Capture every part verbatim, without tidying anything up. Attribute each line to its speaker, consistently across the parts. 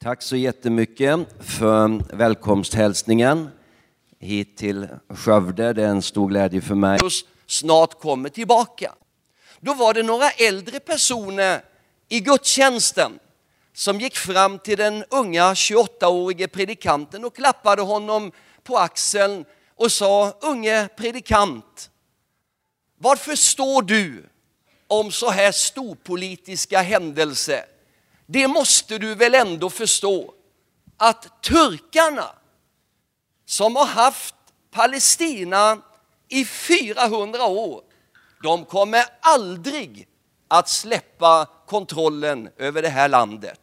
Speaker 1: Tack så jättemycket för välkomsthälsningen hit till Skövde. Det är en stor glädje för mig.
Speaker 2: Snart kommer tillbaka. Då var det några äldre personer i gudstjänsten som gick fram till den unga tjugoåttaårige predikanten och klappade honom på axeln och sa: unge predikant, vad förstår du om så här storpolitiska händelser? Det måste du väl ändå förstå att turkarna som har haft Palestina i fyrahundra år, de kommer aldrig att släppa kontrollen över det här landet.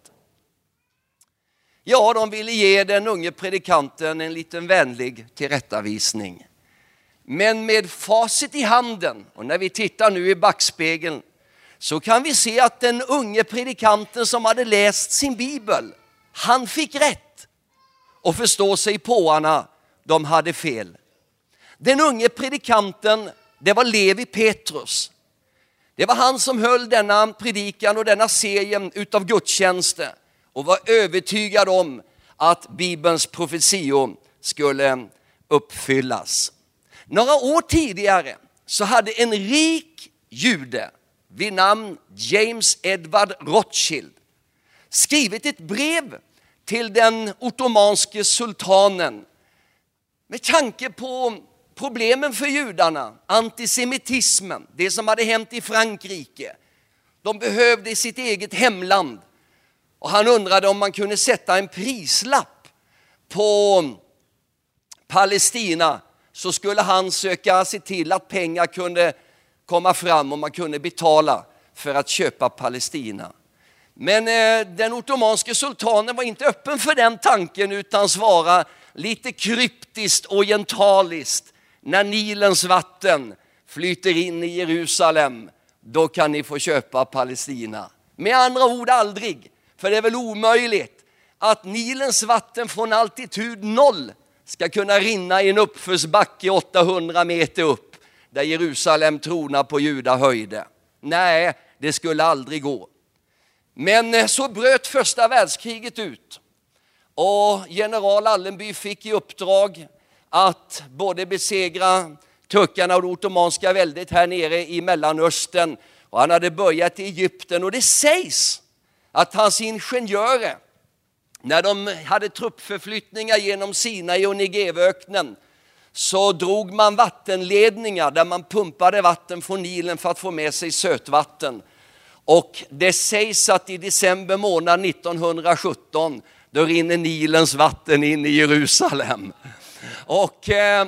Speaker 2: Ja, de ville ge den unge predikanten en liten vänlig tillrättavisning. Men med facit i handen, och när vi tittar nu i backspegeln, så kan vi se att den unge predikanten som hade läst sin bibel, han fick rätt. Och förstå sig påarna, de hade fel. Den unge predikanten, det var Levi Petrus. Det var han som höll denna predikan och denna serien utav gudstjänster och var övertygad om att Bibelns profetior skulle uppfyllas. Några år tidigare så hade en rik jude vid namn James Edward Rothschild skrivit ett brev till den ottomanske sultanen med tanke på problemen för judarna, antisemitismen, det som hade hänt i Frankrike. De behövde sitt eget hemland och han undrade om man kunde sätta en prislapp på Palestina, så skulle han söka se till att pengar kunde komma fram och man kunde betala för att köpa Palestina. Men eh, den ottomanske sultanen var inte öppen för den tanken utan svarade lite kryptiskt orientaliskt: när Nilens vatten flyter in i Jerusalem, då kan ni få köpa Palestina. Med andra ord aldrig, för det är väl omöjligt att Nilens vatten från altitud noll ska kunna rinna i en uppförsbacke åttahundra meter upp där Jerusalem tronar på judahöjde. Nej, det skulle aldrig gå. Men så bröt första världskriget ut och general Allenby fick i uppdrag att både besegra turkarna och det ottomanska väldet här nere i Mellanöstern. Och han hade börjat i Egypten, och det sägs att hans ingenjörer, när de hade truppförflyttningar genom Sinai och Negevöknen, så drog man vattenledningar där man pumpade vatten från Nilen för att få med sig sötvatten. Och det sägs att i december månad nittonhundrasjutton då rinner Nilens vatten in i Jerusalem. Och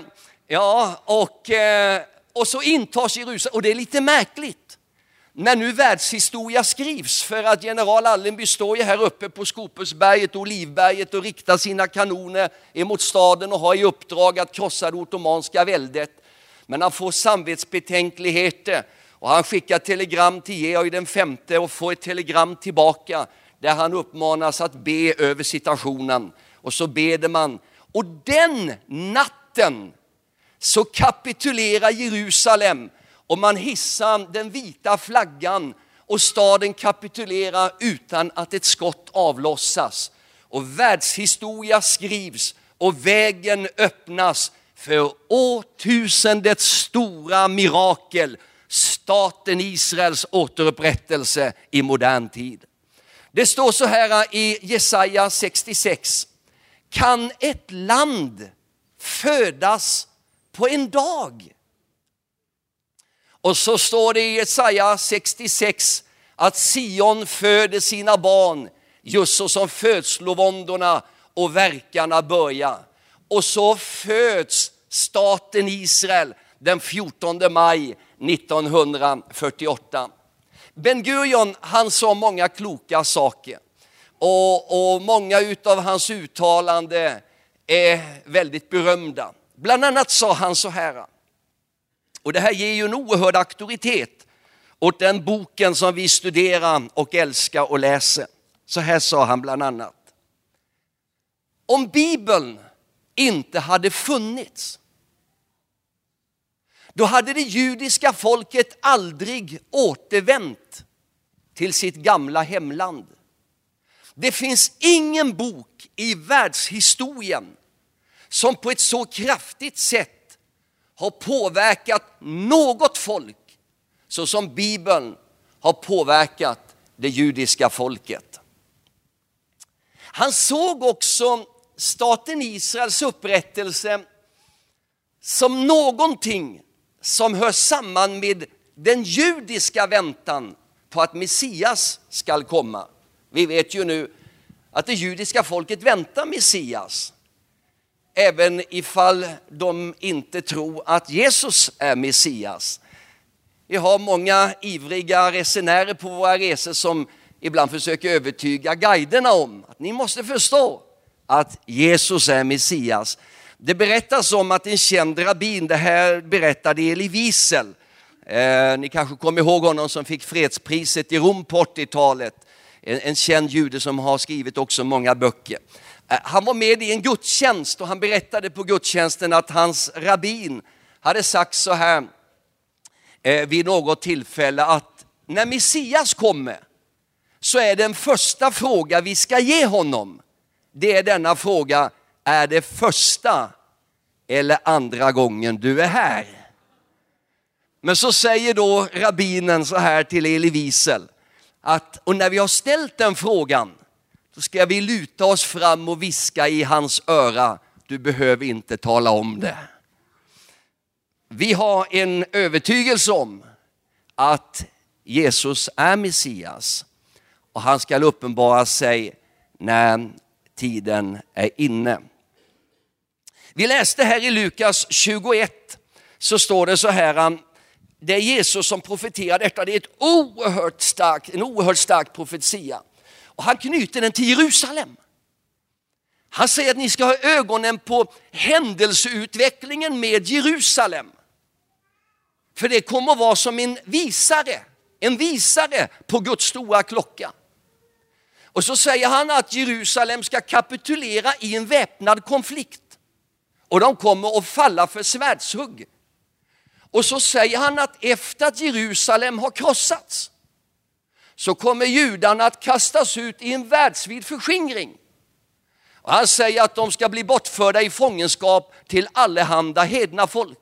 Speaker 2: ja, och, och så intas Jerusalem. Och det är lite märkligt när nu världshistoria skrivs, för att general Allenby står ju här uppe på Skopusberget och Olivberget och riktar sina kanoner emot staden och har i uppdrag att krossa det ottomanska väldet. Men han får samvetsbetänkligheter och han skickar telegram till Georg den femte och får ett telegram tillbaka där han uppmanas att be över situationen. Och så beder man. Och den natten så kapitulerar Jerusalem och man hissar den vita flaggan och staden kapitulerar utan att ett skott avlossas. Och världshistoria skrivs och vägen öppnas för årtusendets stora mirakel, staten Israels återupprättelse i modern tid. Det står så här i Jesaja sextiosex: kan ett land födas på en dag? Och så står det i Jesaja sextiosex att Sion föder sina barn just så som födslovåndorna och verkarna börjar. Och så föds staten Israel den fjortonde maj nittonhundrafyrtioåtta. Ben Gurion, han sa många kloka saker. Och, och många utav hans uttalanden är väldigt berömda. Bland annat sa han så här. Och det här ger ju en oerhörd auktoritet åt den boken som vi studerar och älskar och läser. Så här sa han bland annat: om Bibeln inte hade funnits, då hade det judiska folket aldrig återvänt till sitt gamla hemland. Det finns ingen bok i världshistorien som på ett så kraftigt sätt har påverkat något folk så som Bibeln har påverkat det judiska folket. Han såg också staten Israels upprättelse som någonting som hör samman med den judiska väntan på att Messias skall komma. Vi vet ju nu att det judiska folket väntar Messias, även ifall de inte tror att Jesus är Messias. Vi har många ivriga resenärer på våra resor som ibland försöker övertyga guiderna om att ni måste förstå att Jesus är Messias. Det berättas om att en känd rabbin, det här berättade Elie Wiesel. Eh, ni kanske kommer ihåg honom som fick fredspriset i Rom på åttiotalet. En, en känd jude som har skrivit också många böcker. Eh, han var med i en gudstjänst och han berättade på gudstjänsten att hans rabbin hade sagt så här eh, vid något tillfälle att när Messias kommer så är den första fråga vi ska ge honom, det är denna fråga: är det första eller andra gången du är här? Men så säger då rabbinen så här till Elie Wiesel att och när vi har ställt den frågan så ska vi luta oss fram och viska i hans öra: du behöver inte tala om det. Vi har en övertygelse om att Jesus är Messias och han ska uppenbara sig när tiden är inne. Vi läste här i Lukas tjugoett så står det så här: det är Jesus som profeterar detta. Det är ett oerhört stark, en oerhört stark profetia. Och han knyter den till Jerusalem. Han säger att ni ska ha ögonen på händelseutvecklingen med Jerusalem. För det kommer att vara som en visare, en visare på Guds stora klocka. Och så säger han att Jerusalem ska kapitulera i en väpnad konflikt. Och de kommer att falla för svärdshugg. Och så säger han att efter att Jerusalem har krossats så kommer judarna att kastas ut i en världsvid förskingring. Och han säger att de ska bli bortförda i fångenskap till allehanda hedna folk.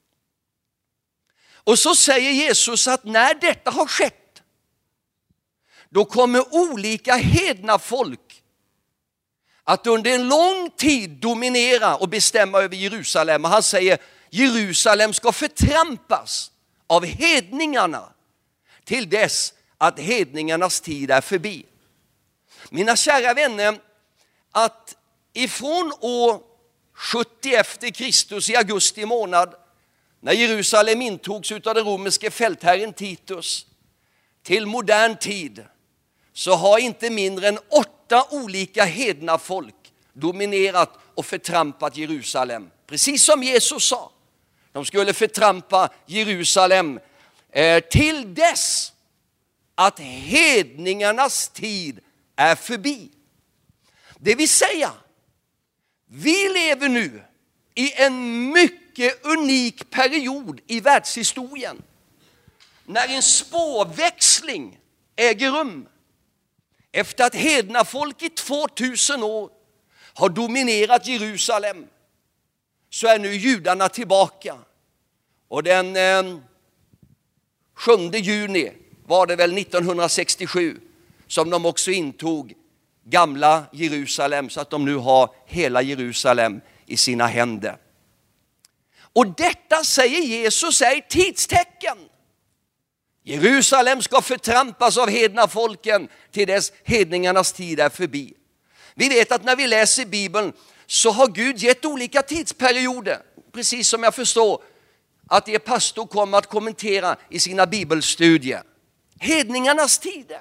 Speaker 2: Och så säger Jesus att när detta har skett då kommer olika hedna folk att under en lång tid dominera och bestämma över Jerusalem. Och han säger Jerusalem ska förtrampas av hedningarna till dess att hedningarnas tid är förbi. Mina kära vänner, att ifrån år sjuttio efter Kristus i augusti månad, när Jerusalem intogs av den romerske fältherren Titus, till modern tid så har inte mindre än åtta olika hedna folk dominerat och förtrampat Jerusalem. Precis som Jesus sa. De skulle förtrampa Jerusalem eh, till dess att hedningarnas tid är förbi. Det vill säga, vi lever nu i en mycket unik period i världshistorien. När en spårväxling äger rum. Efter att hedna folk i tvåtusen år har dominerat Jerusalem så är nu judarna tillbaka. Och den eh, sjunde juni var det väl nittonhundrasextiosju som de också intog gamla Jerusalem så att de nu har hela Jerusalem i sina händer. Och detta säger Jesus är ett tidstecken. Jerusalem ska förtrampas av hedna folken till dess hedningarnas tid är förbi. Vi vet att när vi läser Bibeln så har Gud gett olika tidsperioder. Precis som jag förstår att er pastor kommer att kommentera i sina bibelstudier. Hedningarnas tider.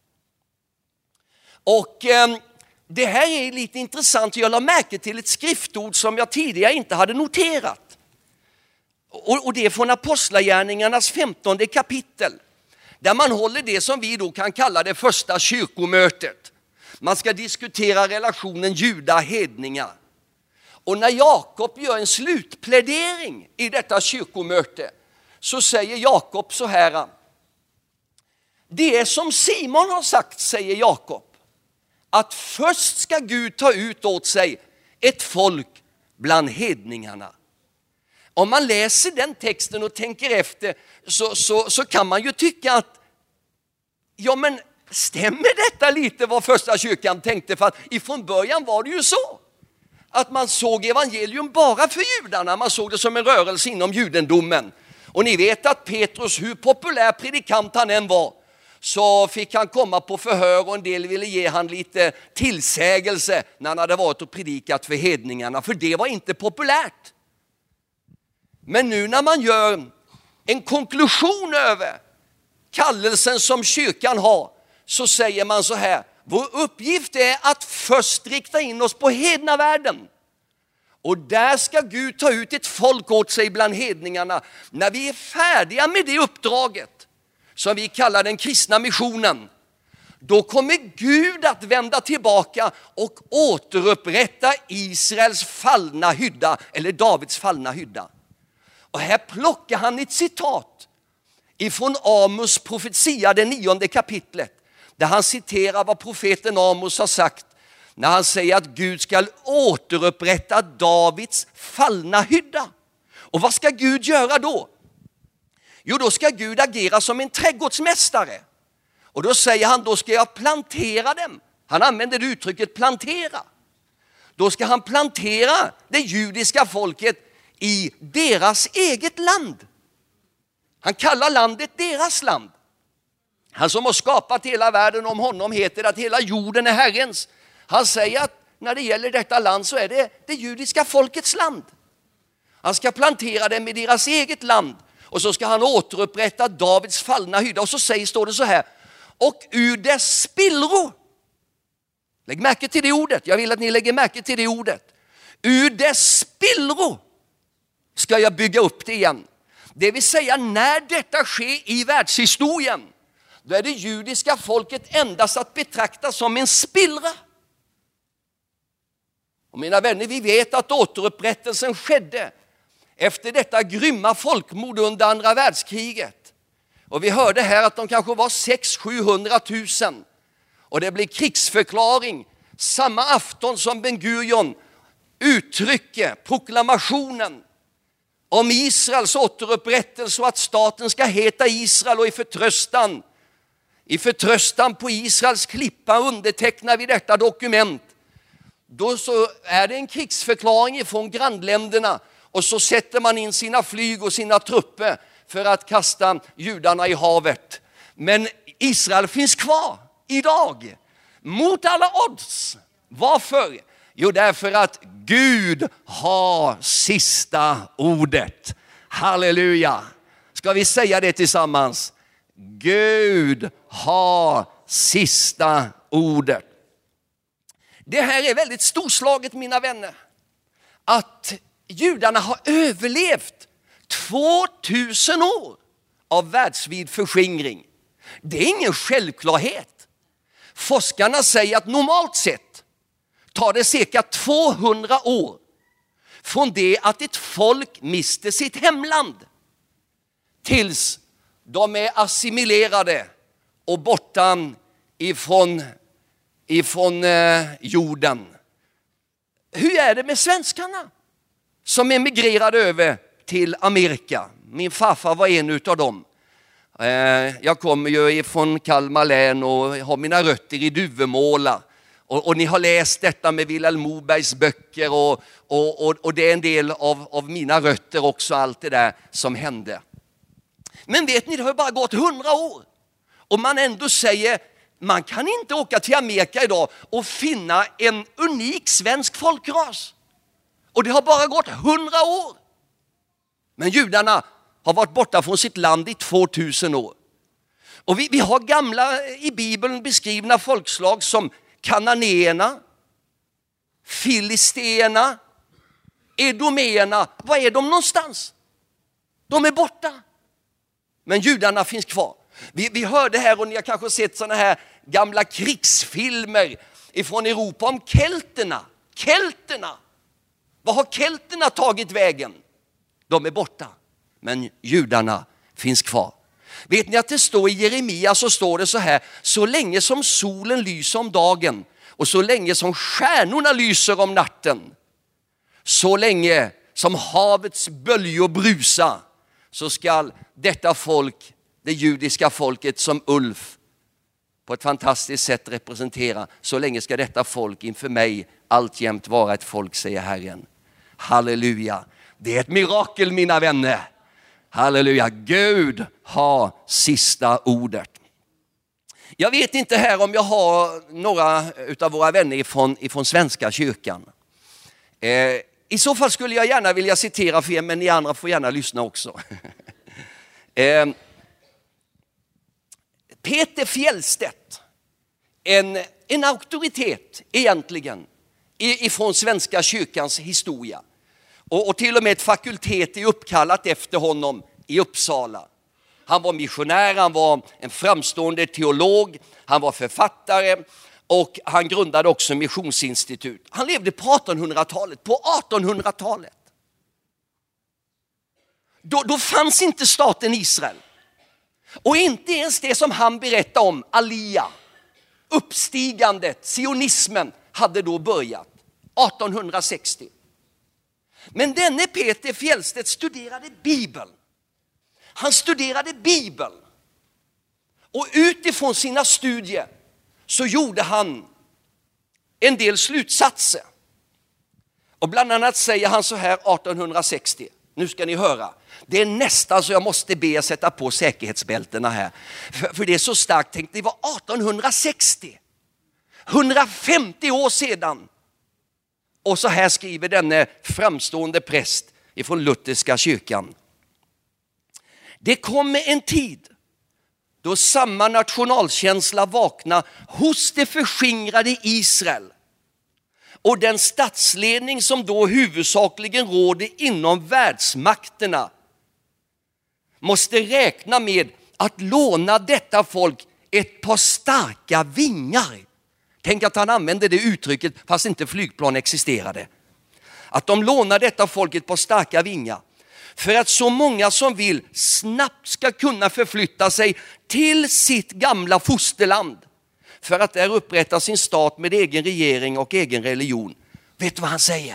Speaker 2: Och eh, det här är lite intressant. Jag la märke till ett skriftord som jag tidigare inte hade noterat. Och, och det är från Apostlagärningarnas femtonde kapitel. Där man håller det som vi då kan kalla det första kyrkomötet. Man ska diskutera relationen juda-hedningar. Och när Jakob gör en slutplädering i detta kyrkomöte så säger Jakob så här: det är som Simon har sagt, säger Jakob, att först ska Gud ta ut åt sig ett folk bland hedningarna. Om man läser den texten och tänker efter så, så, så kan man ju tycka att ja, men stämmer detta lite vad första kyrkan tänkte? För att ifrån början var det ju så att man såg evangelium bara för judarna. Man såg det som en rörelse inom judendomen. Och ni vet att Petrus, hur populär predikant han än var, så fick han komma på förhör och en del ville ge han lite tillsägelse när han hade varit och predikat för hedningarna. För det var inte populärt. Men nu när man gör en konklusion över kallelsen som kyrkan har, så säger man så här: vår uppgift är att först rikta in oss på hednavärlden. Och där ska Gud ta ut ett folk åt sig bland hedningarna. När vi är färdiga med det uppdraget, som vi kallar den kristna missionen, då kommer Gud att vända tillbaka och återupprätta Israels fallna hydda, eller Davids fallna hydda. Och här plockar han ett citat ifrån Amos profetia, det nionde kapitlet, där han citerar vad profeten Amos har sagt när han säger att Gud ska återupprätta Davids fallna hydda. Och vad ska Gud göra då? Jo, då ska Gud agera som en trädgårdsmästare. Och då säger han, då ska jag plantera dem. Han använder det uttrycket plantera. Då ska han plantera det judiska folket i deras eget land. Han kallar landet deras land. Han som har skapat hela världen, om honom heter att hela jorden är Herrens. Han säger att när det gäller detta land så är det det judiska folkets land. Han ska plantera dem i deras eget land. Och så ska han återupprätta Davids fallna hydda. Och så säger, står det så här: och ur dess spillror. Lägg märke till det ordet. Jag vill att ni lägger märke till det ordet. Ur dess spillror ska jag bygga upp det igen. Det vill säga, när detta sker i världshistorien, då är det judiska folket endast att betrakta som en spillra. Och mina vänner, vi vet att återupprättelsen skedde efter detta grymma folkmord under andra världskriget. Och vi hörde här att de kanske var sex till sjuhundratusen. Och det blev krigsförklaring samma afton som Ben Gurion uttrycker proklamationen om Israels återupprättelse och att staten ska heta Israel, och i förtröstan, i förtröstan på Israels klippa undertecknar vi detta dokument. Då så är det en krigsförklaring från grannländerna, och så sätter man in sina flyg och sina trupper för att kasta judarna i havet. Men Israel finns kvar idag mot alla odds. Varför? Jo, därför att Gud har sista ordet. Halleluja. Ska vi säga det tillsammans? Gud har sista ordet. Det här är väldigt storslaget, mina vänner, att judarna har överlevt tvåtusen år av världsvid förskingring. Det är ingen självklarhet. Forskarna säger att normalt sett tar det cirka tvåhundra år från det att ett folk mister sitt hemland tills de är assimilerade och borta ifrån, ifrån eh, jorden. Hur är det med svenskarna som emigrerade över till Amerika? Min farfar var en utav dem. Eh, jag kommer ju ifrån Kalmar län och har mina rötter i Duvemåla. Och, och ni har läst detta med Vilhelm Mobergs böcker, och, och, och, och det är en del av, av mina rötter också, allt det där som hände. Men vet ni, det har bara gått hundra år. Och man ändå säger, man kan inte åka till Amerika idag och finna en unik svensk folkras. Och det har bara gått hundra år. Men judarna har varit borta från sitt land i tvåtusen år. Och vi, vi har gamla i Bibeln beskrivna folkslag som kananéerna, filisterna, edomerna. Var är de någonstans? De är borta. Men judarna finns kvar. Vi, vi hörde här, och ni har kanske sett sådana här gamla krigsfilmer ifrån Europa om kelterna. Kelterna. Vad har kelterna tagit vägen? De är borta. Men judarna finns kvar. Vet ni att det står i Jeremia, så står det så här: så länge som solen lyser om dagen Och så länge som stjärnorna lyser om natten, så länge som havets böljor brusar, så skall detta folk, det judiska folket som Ulf på ett fantastiskt sätt representera, så länge ska detta folk inför mig alltjämt vara ett folk, säger Herren. Halleluja. Det är ett mirakel, mina vänner. Halleluja. Gud har sista ordet. Jag vet inte här om jag har några av våra vänner ifrån, ifrån Svenska kyrkan. Eh, I så fall skulle jag gärna vilja citera för er, men ni andra får gärna lyssna också. eh, Peter Fjellstedt, en, en auktoritet egentligen ifrån Svenska kyrkans historia. Och, och till och med ett fakultet är uppkallat efter honom i Uppsala. Han var missionär, han var en framstående teolog, han var författare och han grundade också missionsinstitut. Han levde på artonhundratalet. På artonhundratalet. Då, då fanns inte staten Israel. Och inte ens det som han berättade om, Alia, uppstigandet, sionismen, hade då börjat. artonhundrasextio. Men denne Peter Fjellstedt studerade Bibeln. Han studerade Bibeln. Och utifrån sina studier så gjorde han en del slutsatser. Och bland annat säger han så här artonhundrasextio. Nu ska ni höra. Det är nästan så jag måste be er sätta på säkerhetsbältena här. För, för det är så starkt tänkt. Det var artonhundrasextio. hundrafemtio år sedan. Och så här skriver denne framstående präst ifrån Lutherska kyrkan. Det kommer en tid då samma nationalkänsla vaknar hos det förskingrade Israel. Och den statsledning som då huvudsakligen råder inom världsmakterna måste räkna med att låna detta folk ett par starka vingar. Tänk att han använde det uttrycket fast inte flygplan existerade. Att de lånar detta folk ett par starka vingar. För att så många som vill snabbt ska kunna förflytta sig till sitt gamla fosterland. För att där upprätta sin stat med egen regering och egen religion. Vet du vad han säger?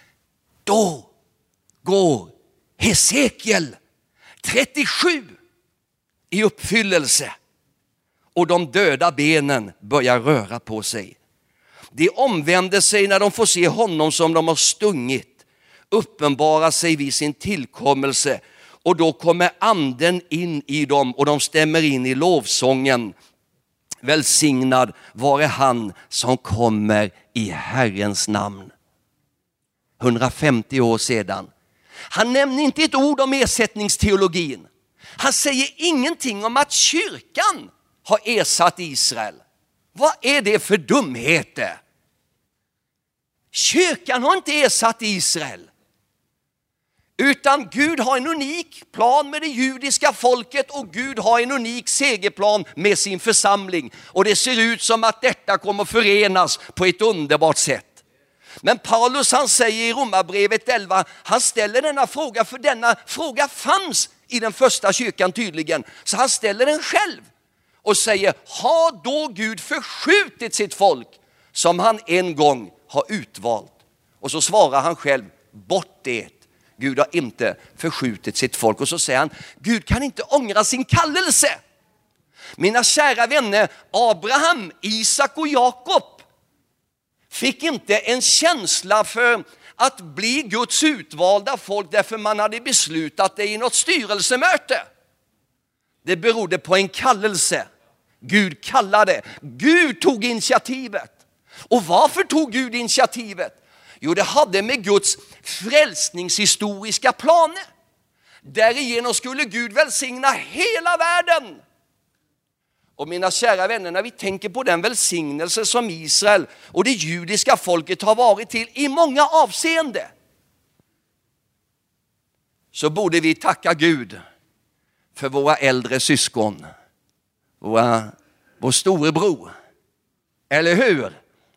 Speaker 2: Då går Hesekiel trettiosju i uppfyllelse. Och de döda benen börjar röra på sig. De omvänder sig när de får se honom som de har stungit. Uppenbara sig vid sin tillkommelse. Och då kommer anden in i dem och de stämmer in i lovsången. Välsignad vare han som kommer i Herrens namn. hundrafemtio år sedan. Han nämner inte ett ord om ersättningsteologin. Han säger ingenting om att kyrkan har ersatt Israel. Vad är det för dumheter? Kyrkan har inte ersatt Israel. Utan Gud har en unik plan med det judiska folket och Gud har en unik segerplan med sin församling. Och det ser ut som att detta kommer förenas på ett underbart sätt. Men Paulus, han säger i Romarbrevet elva, han ställer denna fråga, för denna fråga fanns i den första kyrkan tydligen. Så han ställer den själv och säger, har då Gud förskjutit sitt folk som han en gång har utvalt? Och så svarar han själv, bort det. Gud har inte förskjutit sitt folk. Och så säger han, Gud kan inte ångra sin kallelse. Mina kära vänner, Abraham, Isak och Jakob fick inte en känsla för att bli Guds utvalda folk därför man hade beslutat det i något styrelsemöte. Det berodde på en kallelse. Gud kallade. Gud tog initiativet. Och varför tog Gud initiativet? Jo, det hade med Guds frälsningshistoriska planer. Därigenom skulle Gud välsigna hela världen. Och mina kära vänner, när vi tänker på den välsignelse som Israel och det judiska folket har varit till i många avseenden, så borde vi tacka Gud för våra äldre syskon. Våra, vår storebror. Eller hur?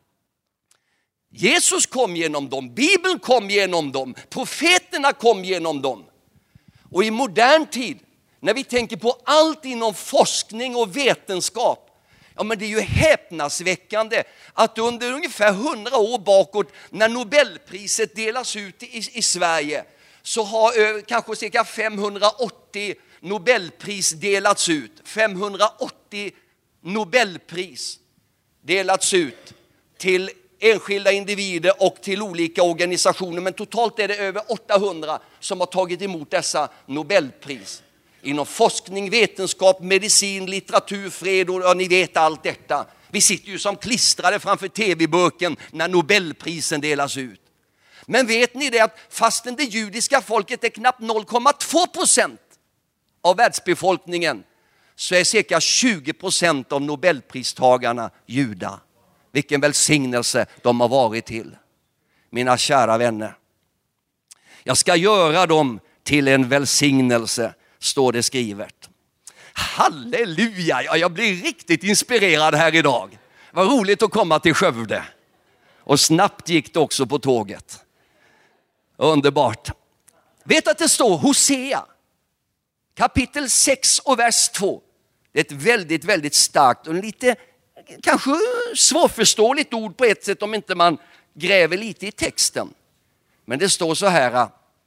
Speaker 2: Jesus kom genom dem, Bibeln kom genom dem, profeterna kom genom dem. Och i modern tid, när vi tänker på allt inom forskning och vetenskap, Ja, men det är ju häpnadsväckande att under ungefär hundra år bakåt, när Nobelpriset delas ut i, i Sverige, så har ö, kanske cirka femhundraåttio Nobelpris delats ut. femhundraåttio Nobelpris delats ut till enskilda individer och till olika organisationer. Men totalt är det över åttahundra som har tagit emot dessa Nobelpris. Inom forskning, vetenskap, medicin, litteratur, fred och ja, ni vet allt detta. Vi sitter ju som klistrade framför tv-burken när Nobelprisen delas ut. Men vet ni det att fastän det judiska folket är knappt noll komma två procent av världsbefolkningen, så är cirka tjugo procent av Nobelpristagarna judar. Vilken välsignelse de har varit till. Mina kära vänner. Jag ska göra dem till en välsignelse, står det skrivet. Halleluja! Ja, jag blir riktigt inspirerad här idag. Vad roligt att komma till Skövde. Och snabbt gick det också på tåget. Underbart. Vet att det står Hosea kapitel sex och vers två. Det är ett väldigt, väldigt starkt och lite kanske svårförståeligt ord på ett sätt om inte man gräver lite i texten. Men det står så här.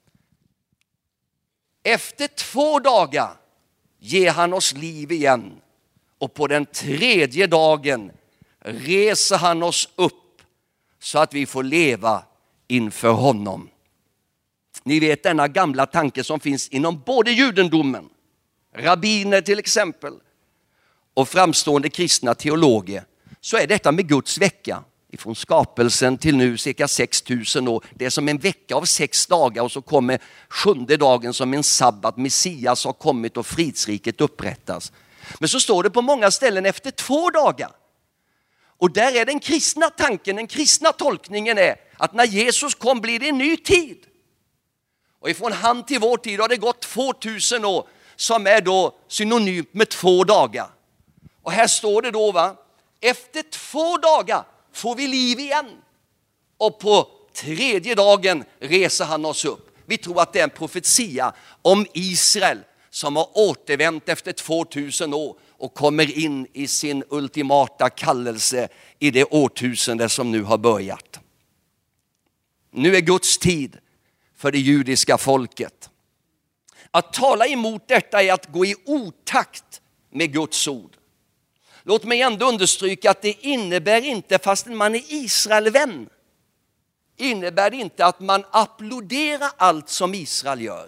Speaker 2: Efter två dagar ger han oss liv igen, och på den tredje dagen reser han oss upp så att vi får leva inför honom. Ni vet denna gamla tanke som finns inom både judendomen, rabbiner till exempel, och framstående kristna teologer, så är detta med Guds vecka ifrån skapelsen till nu cirka sex tusen år. Det är som en vecka av sex dagar, och så kommer sjunde dagen som en sabbat. Messias har kommit och fridsriket upprättas. Men så står det på många ställen efter två dagar. Och där är den kristna tanken, den kristna tolkningen är att när Jesus kom blir det en ny tid. Och ifrån han till vår tid har det gått tvåtusen år, som är då synonymt med två dagar. Och här står det då, va? Efter två dagar får vi liv igen. Och på tredje dagen reser han oss upp. Vi tror att det är en profetia om Israel som har återvänt efter tvåtusen år och kommer in i sin ultimata kallelse i det årtusende som nu har börjat. Nu är Guds tid för det judiska folket. Att tala emot detta är att gå i otakt med Guds ord. Låt mig ändå understryka att det innebär inte, fastän man är Israelvän, innebär det inte att man applåderar allt som Israel gör.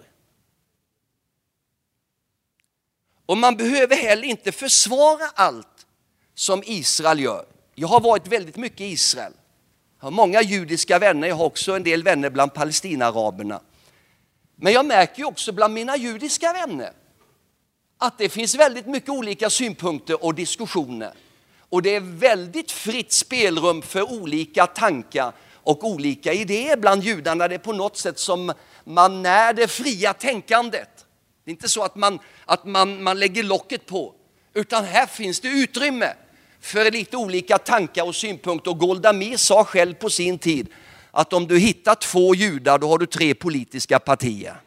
Speaker 2: Och man behöver heller inte försvara allt som Israel gör. Jag har varit väldigt mycket i Israel. Jag har många judiska vänner, jag har också en del vänner bland palestinaaraberna. Men jag märker ju också bland mina judiska vänner att det finns väldigt mycket olika synpunkter och diskussioner. Och det är väldigt fritt spelrum för olika tankar och olika idéer bland judarna. Det är på något sätt som man när det fria tänkandet. Det är inte så att man, att man, man lägger locket på. Utan här finns det utrymme för lite olika tankar och synpunkter. Och Golda Meir sa själv på sin tid att om du hittar två judar, då har du tre politiska partier.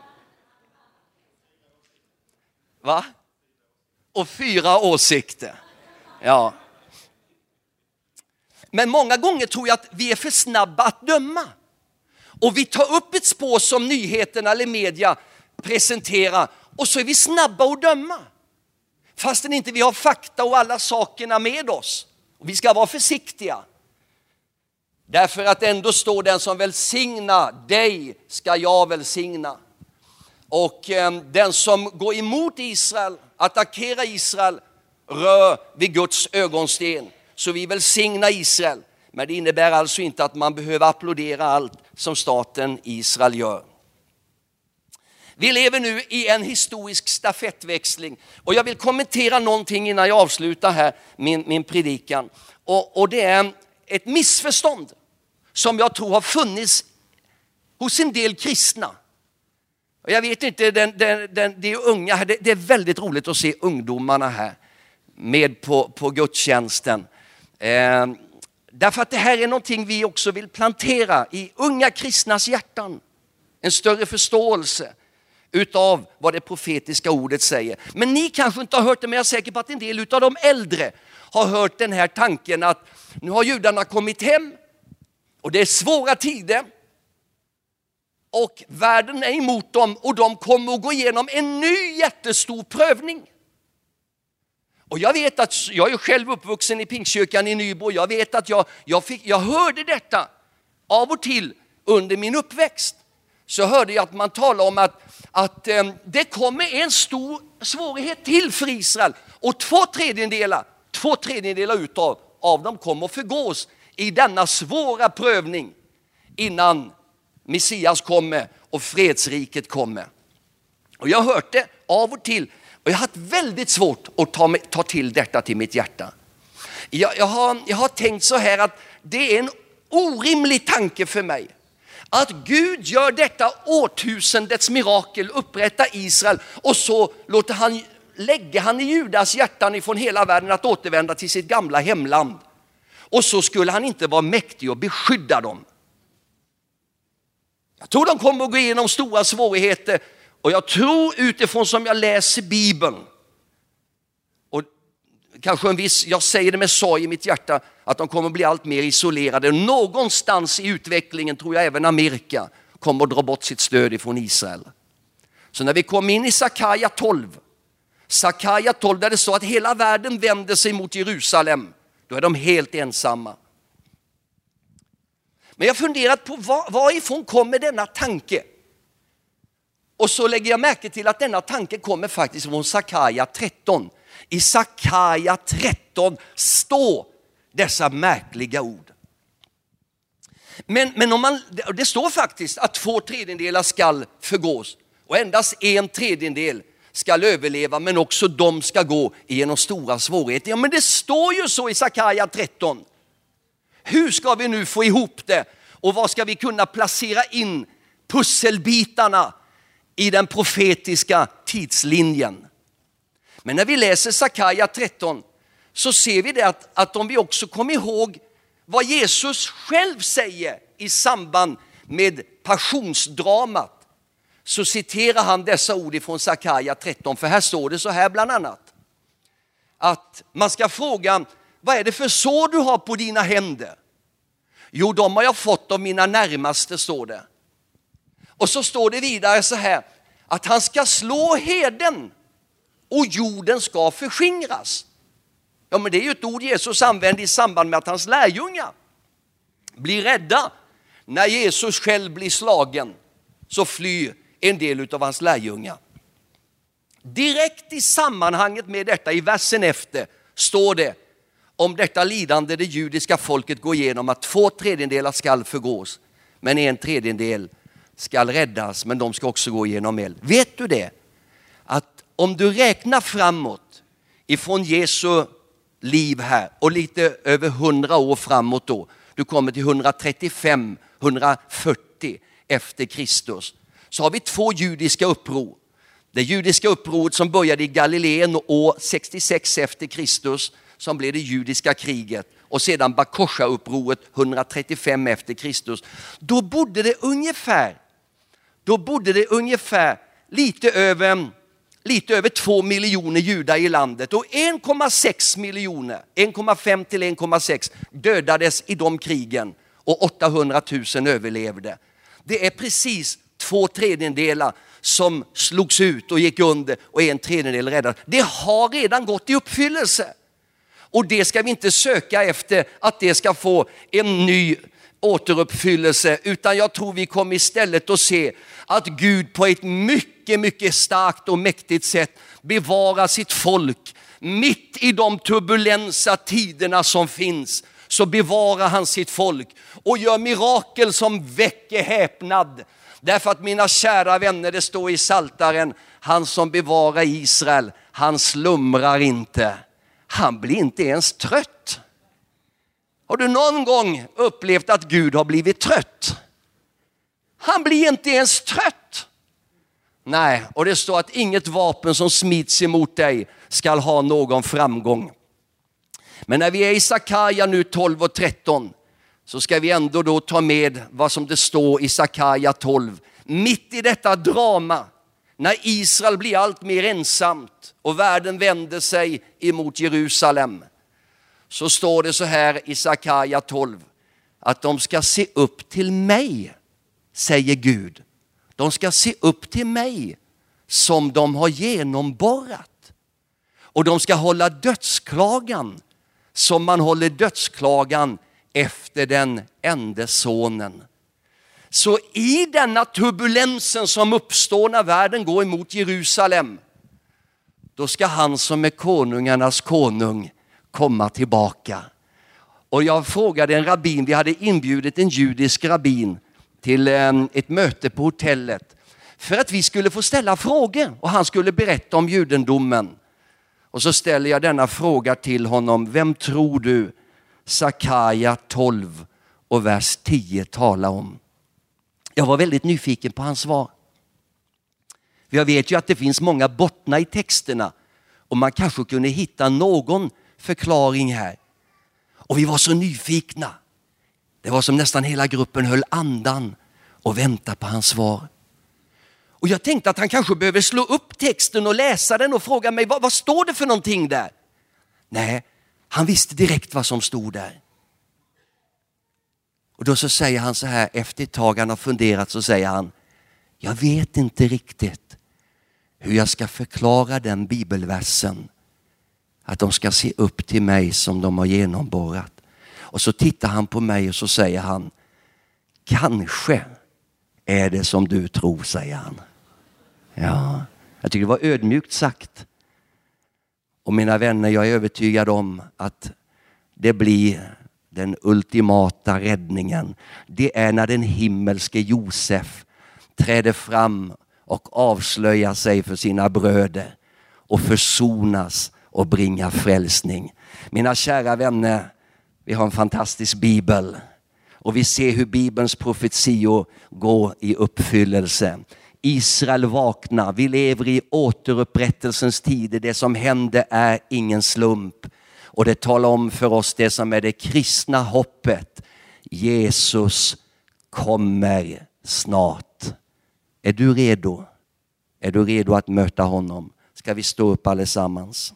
Speaker 2: Va? Och fyra åsikter. Ja. Men många gånger tror jag att vi är för snabba att döma. Och vi tar upp ett spår som nyheterna eller media presenterar. Och så är vi snabba att döma. Fastän inte vi har fakta och alla sakerna med oss. Och vi ska vara försiktiga. Därför att ändå står den som välsignar dig ska jag välsigna. Och eh, den som går emot Israel, attackerar Israel, rör vid Guds ögonsten. Så vi välsignar Israel. Men det innebär alltså inte att man behöver applådera allt som staten Israel gör. Vi lever nu i en historisk stafettväxling. Och jag vill kommentera någonting innan jag avslutar här min, min predikan. Och, och det är ett missförstånd som jag tror har funnits hos en del kristna. Och jag vet inte, den, den, den, det är unga här. Det, det är väldigt roligt att se ungdomarna här med på, på gudstjänsten. Eh, därför att det här är någonting vi också vill plantera i unga kristnas hjärtan. En större förståelse utav vad det profetiska ordet säger. Men ni kanske inte har hört det, men jag är säker på att en del utav de äldre har hört den här tanken att nu har judarna kommit hem och det är svåra tider och världen är emot dem och de kommer att gå igenom en ny jättestor prövning. Och jag vet att jag är själv uppvuxen i Pingstkyrkan i Nybro. Jag vet att jag, jag, fick, jag hörde detta av och till under min uppväxt. Så hörde jag att man talar om att, att eh, det kommer en stor svårighet till för Israel. Och två tredjedelar, två tredjedelar utav av dem kommer att förgås i denna svåra prövning innan Messias kommer och fredsriket kommer. Och jag har hört det av och till. Och jag har haft väldigt svårt att ta, ta till detta till mitt hjärta. Jag, jag, har, jag har tänkt så här att det är en orimlig tanke för mig. Att Gud gör detta årtusendets mirakel, upprätta Israel och så låter han, lägger han i Judas hjärtan ifrån hela världen att återvända till sitt gamla hemland. Och så skulle han inte vara mäktig och beskydda dem. Jag tror de kommer att gå igenom stora svårigheter. Och jag tror utifrån som jag läser Bibeln, och kanske en viss, jag säger det med sorg i mitt hjärta, att de kommer att bli allt mer isolerade. Någonstans i utvecklingen tror jag även Amerika kommer att dra bort sitt stöd ifrån Israel. Så när vi kommer in i Sakaja tolv, Sakaja tolv där det står att hela världen vänder sig mot Jerusalem, då är de helt ensamma. Men jag har funderat på var, varifrån kommer denna tanke? Och så lägger jag märke till att denna tanke kommer faktiskt från Sakaja tretton. I Sakaja tretton står dessa märkliga ord. Men, men om man, det står faktiskt att två tredjedelar ska förgås. Och endast en tredjedel ska överleva, men också de ska gå igenom stora svårigheter. Ja, men det står ju så i Sakaja tretton. Hur ska vi nu få ihop det? Och vad ska vi kunna placera in pusselbitarna i den profetiska tidslinjen? Men när vi läser Sakaja tretton så ser vi det att, att om vi också kommer ihåg vad Jesus själv säger i samband med passionsdramat, så citerar han dessa ord ifrån Sakaja tretton. För här står det så här bland annat, att man ska fråga, vad är det för sår du har på dina händer? Jo, de har jag fått av mina närmaste, står det. Och så står det vidare så här, att han ska slå herden och jorden ska förskingras. Ja, men det är ju ett ord Jesus använder i samband med att hans lärjungar blir rädda. När Jesus själv blir slagen så flyr en del av hans lärjungar. Direkt i sammanhanget med detta, i versen efter, står det om detta lidande det judiska folket går igenom, att två tredjedelar ska förgås, men en tredjedel ska räddas, men de ska också gå igenom eld. Vet du det? Att om du räknar framåt ifrån Jesu liv här och lite över hundra år framåt då, du kommer till etthundratrettiofem etthundrafyrtio efter Kristus, så har vi två judiska uppror. Det judiska upproret som började i Galileen år sextiosex efter Kristus, som blev det judiska kriget, och sedan Bar Kochba-upproret etthundratrettiofem efter Kristus. Då bodde det ungefär Då bodde det ungefär lite över, lite över två miljoner judar i landet. Och en komma sex miljoner, en komma fem till en komma sex dödades i de krigen. Och åttahundratusen överlevde. Det är precis två tredjedelar som slogs ut och gick under och en tredjedel räddades. Det har redan gått i uppfyllelse. Och det ska vi inte söka efter att det ska få en ny återuppfyllelse, utan jag tror vi kommer istället att se att Gud på ett mycket, mycket starkt och mäktigt sätt bevarar sitt folk. Mitt i de turbulensa tiderna som finns så bevarar han sitt folk och gör mirakel som väcker häpnad. Därför att, mina kära vänner, det står i Psaltaren, han som bevarar Israel, han slumrar inte. Han blir inte ens trött. Har du någon gång upplevt att Gud har blivit trött? Han blir inte ens trött. Nej, och det står att inget vapen som smits emot dig ska ha någon framgång. Men när vi är i Sakaja nu tolv och tretton så ska vi ändå då ta med vad som det står i Sakaja tolv. Mitt i detta drama, när Israel blir allt mer ensamt och världen vänder sig emot Jerusalem, så står det så här i Sakaja tolv, att de ska se upp till mig, säger Gud. De ska se upp till mig som de har genomborrat. Och de ska hålla dödsklagan som man håller dödsklagan efter den enda sonen. Så i denna turbulensen som uppstår när världen går emot Jerusalem, då ska han som är konungarnas konung komma tillbaka. Och jag frågade en rabbin, vi hade inbjudit en judisk rabbin till ett möte på hotellet för att vi skulle få ställa frågor och han skulle berätta om judendomen. Och så ställer jag denna fråga till honom: vem tror du Sakaja tolv och vers tio talar om? Jag var väldigt nyfiken på hans svar. För jag vet ju att det finns många bottnar i texterna och man kanske kunde hitta någon förklaring här. Och vi var så nyfikna. Det var som nästan hela gruppen höll andan och väntade på hans svar. Och jag tänkte att han kanske behöver slå upp texten och läsa den och fråga mig, vad, vad står det för någonting där? Nej, han visste direkt vad som stod där. Och då så säger han så här, efter ett tag han har funderat, så säger han: jag vet inte riktigt hur jag ska förklara den bibelversen. Att de ska se upp till mig som de har genomborrat. Och så tittar han på mig och så säger han: kanske är det som du tror, säger han. Ja, jag tycker det var ödmjukt sagt. Och mina vänner, jag är övertygad om att det blir den ultimata räddningen. Det är när den himmelske Josef träder fram och avslöjar sig för sina bröder och försonas och bringar frälsning. Mina kära vänner, vi har en fantastisk bibel och vi ser hur bibelns profetior går i uppfyllelse. Israel vaknar, vi lever i återupprättelsens tider. Det som hände är ingen slump. Och det talar om för oss det som är det kristna hoppet. Jesus kommer snart. Är du redo? Är du redo att möta honom? Ska vi stå upp allesammans?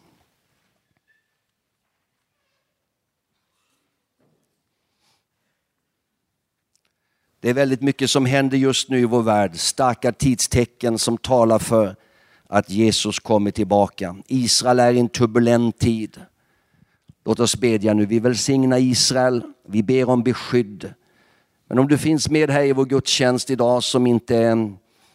Speaker 2: Det är väldigt mycket som händer just nu i vår värld. Starka tidstecken som talar för att Jesus kommer tillbaka. Israel är i en turbulent tid. Låt oss bedja nu. Vi välsignar Israel. Vi ber om beskydd. Men om du finns med här i vår gudstjänst idag som inte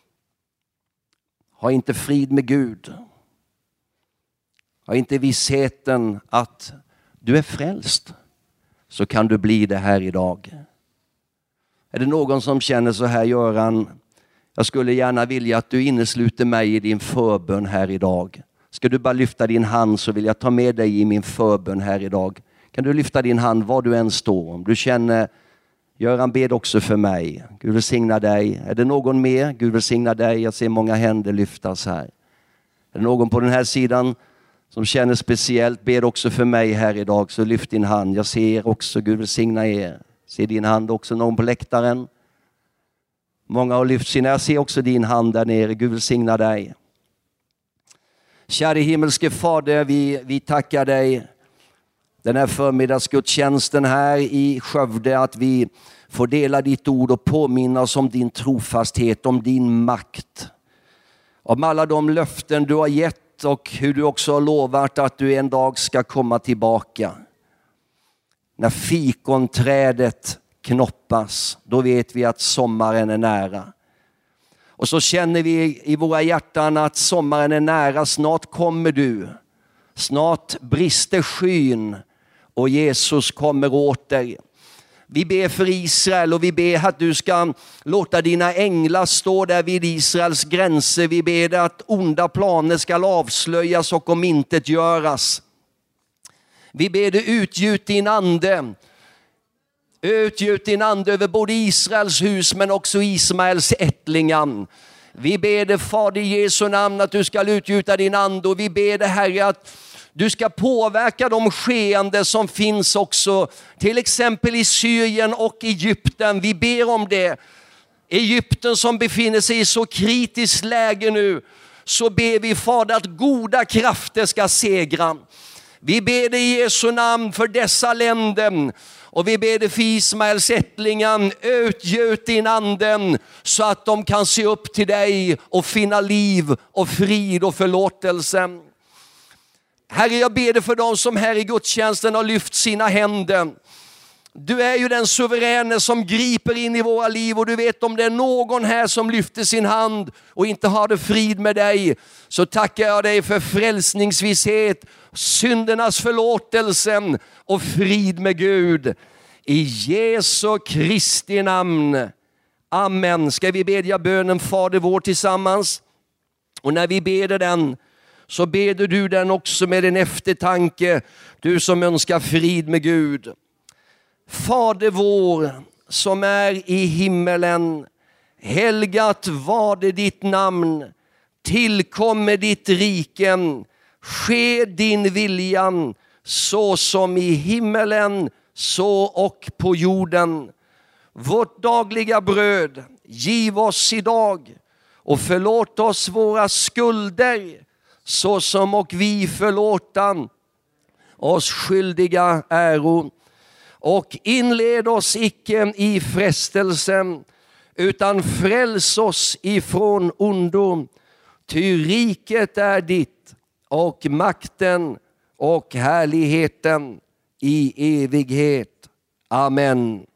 Speaker 2: har inte frid med Gud. Har inte vissheten att du är frälst. Så kan du bli det här idag. Är det någon som känner så här: Göran, jag skulle gärna vilja att du innesluter mig i din förbön här idag. Ska du bara lyfta din hand så vill jag ta med dig i min förbön här idag. Kan du lyfta din hand var du än står? Om du känner, Göran, bed också för mig. Gud välsigna dig. Är det någon mer? Gud välsigna dig. Jag ser många händer lyftas här. Är det någon på den här sidan som känner speciellt, bed också för mig här idag, så lyft din hand. Jag ser också, Gud välsigna er. Se din hand också, någon på läktaren. Många har lyft sina. Jag ser också din hand där nere. Gud välsigna dig. Kära himmelske Fader, vi, vi tackar dig den här förmiddagsgudstjänsten här i Skövde, att vi får dela ditt ord och påminna oss om din trofasthet, om din makt. Om alla de löften du har gett och hur du också har lovat att du en dag ska komma tillbaka. När fikonträdet knoppas, då vet vi att sommaren är nära. Och så känner vi i våra hjärtan att sommaren är nära. Snart kommer du. Snart brister skyn och Jesus kommer åter. Vi ber för Israel och vi ber att du ska låta dina änglar stå där vid Israels gränser. Vi ber att onda planer ska avslöjas och omintetgöras. Vi ber dig, utgjut din ande. Utgjut din ande över både Israels hus men också Ismaels ättlingar. Vi ber dig, Fader, i Jesu namn, att du ska utgjuta din ande. Och vi ber dig, Herre, att du ska påverka de skeende som finns också. Till exempel i Syrien och Egypten. Vi ber om det. Egypten som befinner sig i så kritiskt läge nu, så ber vi Fader att goda krafter ska segra. Vi ber dig i Jesu namn för dessa länder. Och vi ber dig för Ismaels ättlingar, utgjut din anden så att de kan se upp till dig och finna liv och frid och förlåtelse. Herre, jag ber dig för dem som här i gudstjänsten har lyft sina händer. Du är ju den suveräne som griper in i våra liv, och du vet om det är någon här som lyfter sin hand och inte har det frid med dig, så tackar jag dig för frälsningsvisshet, syndernas förlåtelse och frid med Gud. I Jesu Kristi namn. Amen. Ska vi bedja bönen Fader vår tillsammans? Och när vi ber den, så ber du den också med en eftertanke, du som önskar frid med Gud. Fader vår som är i himmelen, helgat var det ditt namn, tillkommer ditt rike, ske din viljan så som i himmelen så och på jorden. Vårt dagliga bröd giv oss idag, och förlåt oss våra skulder så som och vi förlåta oss skyldiga äro. Och inled oss icke i frestelsen, utan fräls oss ifrån ondo. Ty riket är ditt, och makten och härligheten i evighet. Amen.